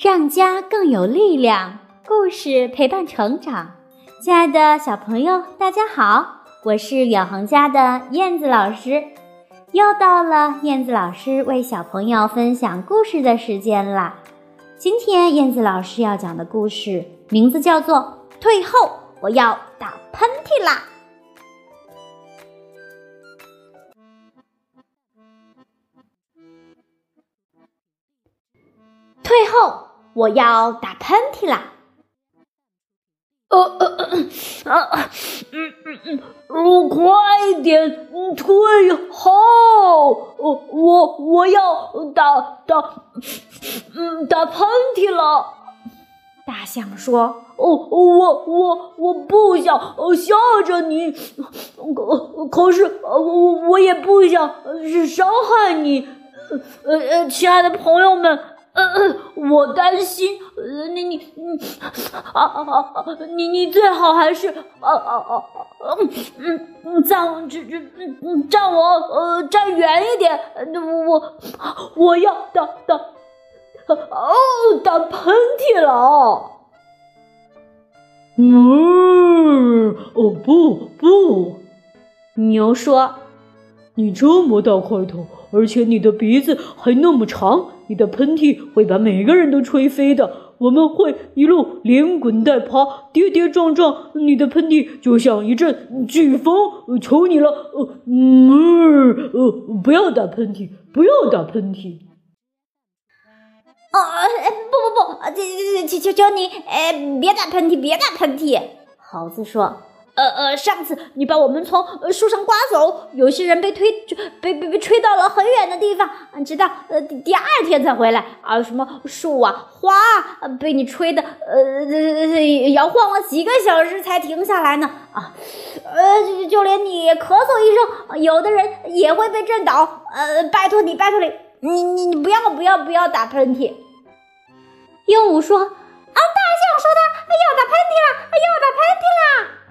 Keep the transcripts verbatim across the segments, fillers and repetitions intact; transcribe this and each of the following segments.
让家更有力量，故事陪伴成长。亲爱的小朋友，大家好，我是远航家的燕子老师。又到了燕子老师为小朋友分享故事的时间啦。今天燕子老师要讲的故事名字叫做《退后，我要打喷嚏啦》。退后，我要打喷嚏啦！ 呃呃呃啊嗯嗯嗯，呃，快点，退后！我我我要打打嗯打喷嚏了。 大象说：“ 哦，我我我不想吓着你，可可是我我也不想是伤害你，呃呃，亲爱的朋友们。”呃呃，我担心，呃，你你你啊啊啊！你你最好还是啊啊啊嗯嗯，站这这嗯站我呃站远一点，我我要打打哦打喷嚏了。嗯，哦不不， 牛说， 你这么大块头，而且你的鼻子还那么长。你的喷嚏会把每个人都吹飞的，我们会一路连滚带爬，跌跌撞撞，你的喷嚏就像一阵飓风，求你了，呃，嗯，呃，不要打喷嚏，不要打喷嚏。 哦，不不不，求求求你，呃，别打喷嚏，别打喷嚏。猴子说。 呃呃，上次你把我们从树上刮走，有些人被推被被被吹到了很远的地方，直到呃第二天才回来啊！什么树啊花啊，被你吹的呃摇晃了几个小时才停下来呢啊！呃，就连你咳嗽一声，有的人也会被震倒。呃，拜托你，拜托你，你你你不要不要不要打喷嚏！ 鹦鹉说：“啊，大象说的，要打喷嚏了，要打喷嚏啦！”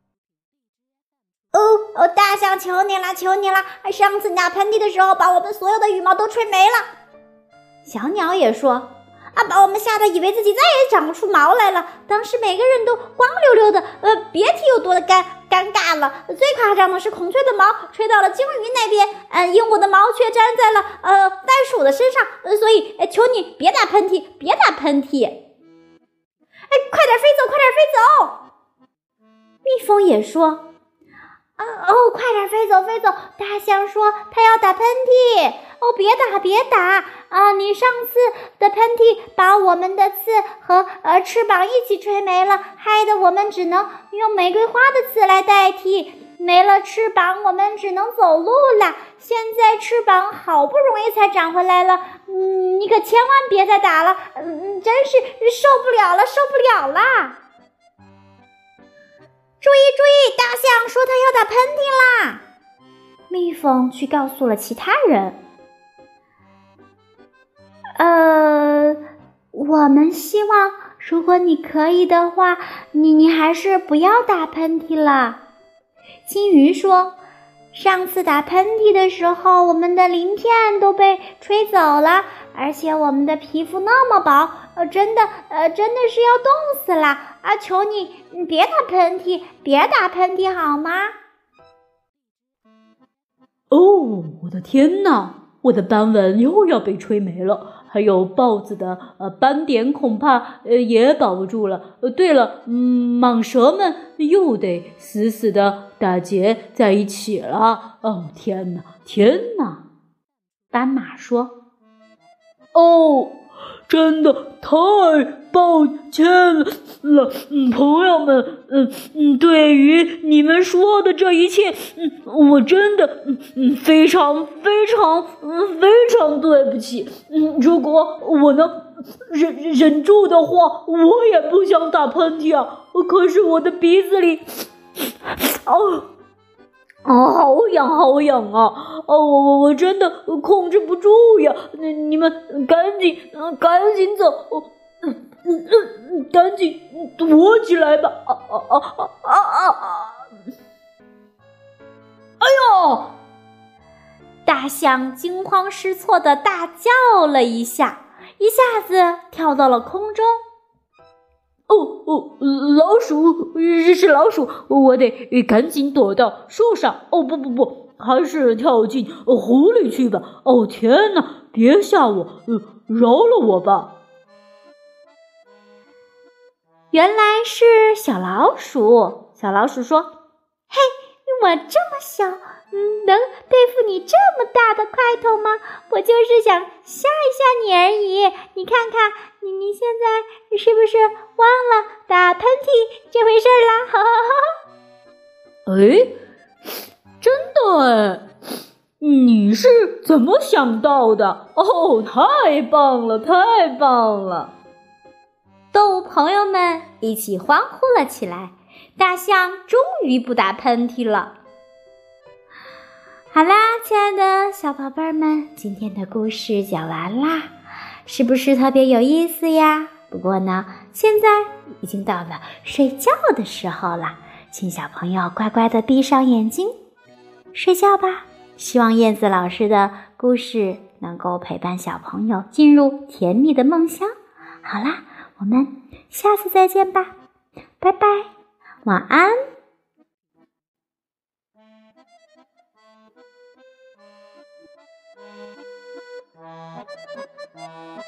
哦哦，大象，求你了，求你了！上次你打喷嚏的时候，把我们所有的羽毛都吹没了。小鸟也说：“啊，把我们吓得以为自己再也长不出毛来了。当时每个人都光溜溜的，呃，别提有多的尴尴尬了。最夸张的是孔雀的毛吹到了鲸鱼那边，呃，鹦鹉的毛却粘在了呃袋鼠的身上。呃，所以，呃，求你别打喷嚏，别打喷嚏！哎，快点飞走，快点飞走！”蜜蜂也说。哦哦，快点飞走飞走！大象说它要打喷嚏。哦，别打别打啊！你上次的喷嚏把我们的刺和呃翅膀一起吹没了，害得我们只能用玫瑰花的刺来代替。没了翅膀，我们只能走路了。现在翅膀好不容易才长回来了，嗯，你可千万别再打了，嗯，真是受不了了，受不了啦！注意注意，大象说它要打喷嚏啦！蜜蜂去告诉了其他人。呃，我们希望，如果你可以的话，你你还是不要打喷嚏了。金鱼说，上次打喷嚏的时候，我们的鳞片都被吹走了，而且我们的皮肤那么薄，呃，真的，呃，真的是要冻死了啊！求你，你别打喷嚏，别打喷嚏好吗？ 哦，我的天哪！我的斑纹又要被吹没了，还有豹子的呃斑点恐怕呃也保不住了。呃，对了，嗯，蟒蛇们又得死死的打结在一起了。哦，天哪，天哪！ 斑马说：“ 哦。”真的太抱歉了，嗯，朋友们，嗯嗯，对于你们说的这一切，嗯，我真的，嗯嗯，非常非常，嗯，非常对不起。嗯，如果我能忍忍住的话，我也不想打喷嚏啊。可是我的鼻子里，哦。哦，好痒好痒啊！哦，我我我真的控制不住呀！那你们赶紧赶紧走，嗯嗯嗯，赶紧躲起来吧！啊啊啊啊啊啊！哎呦！ 大象惊慌失措地大叫了一下， 一下子跳到了空中。 哦哦，老鼠，是老鼠，我得赶紧躲到树上。哦，不不不，还是跳进湖里去吧。哦，天哪，别吓我，饶了我吧。 原来是小老鼠。小老鼠说：嘿，我这么小，嗯，能对付你这么大的块头吗？我就是想吓一吓你而已。你看看，你你现在是不是忘了打喷嚏这回事了？哈哈哈！ 哎，真的哎，你是怎么想到的？哦，太棒了，太棒了！ 动物朋友们一起欢呼了起来。大象终于不打喷嚏了。好啦，亲爱的小宝贝儿们，今天的故事讲完啦，是不是特别有意思呀？不过呢，现在已经到了睡觉的时候了，请小朋友乖乖地闭上眼睛睡觉吧。希望燕子老师的故事能够陪伴小朋友进入甜蜜的梦乡。好啦，我们下次再见吧，拜拜，晚安。Thank you.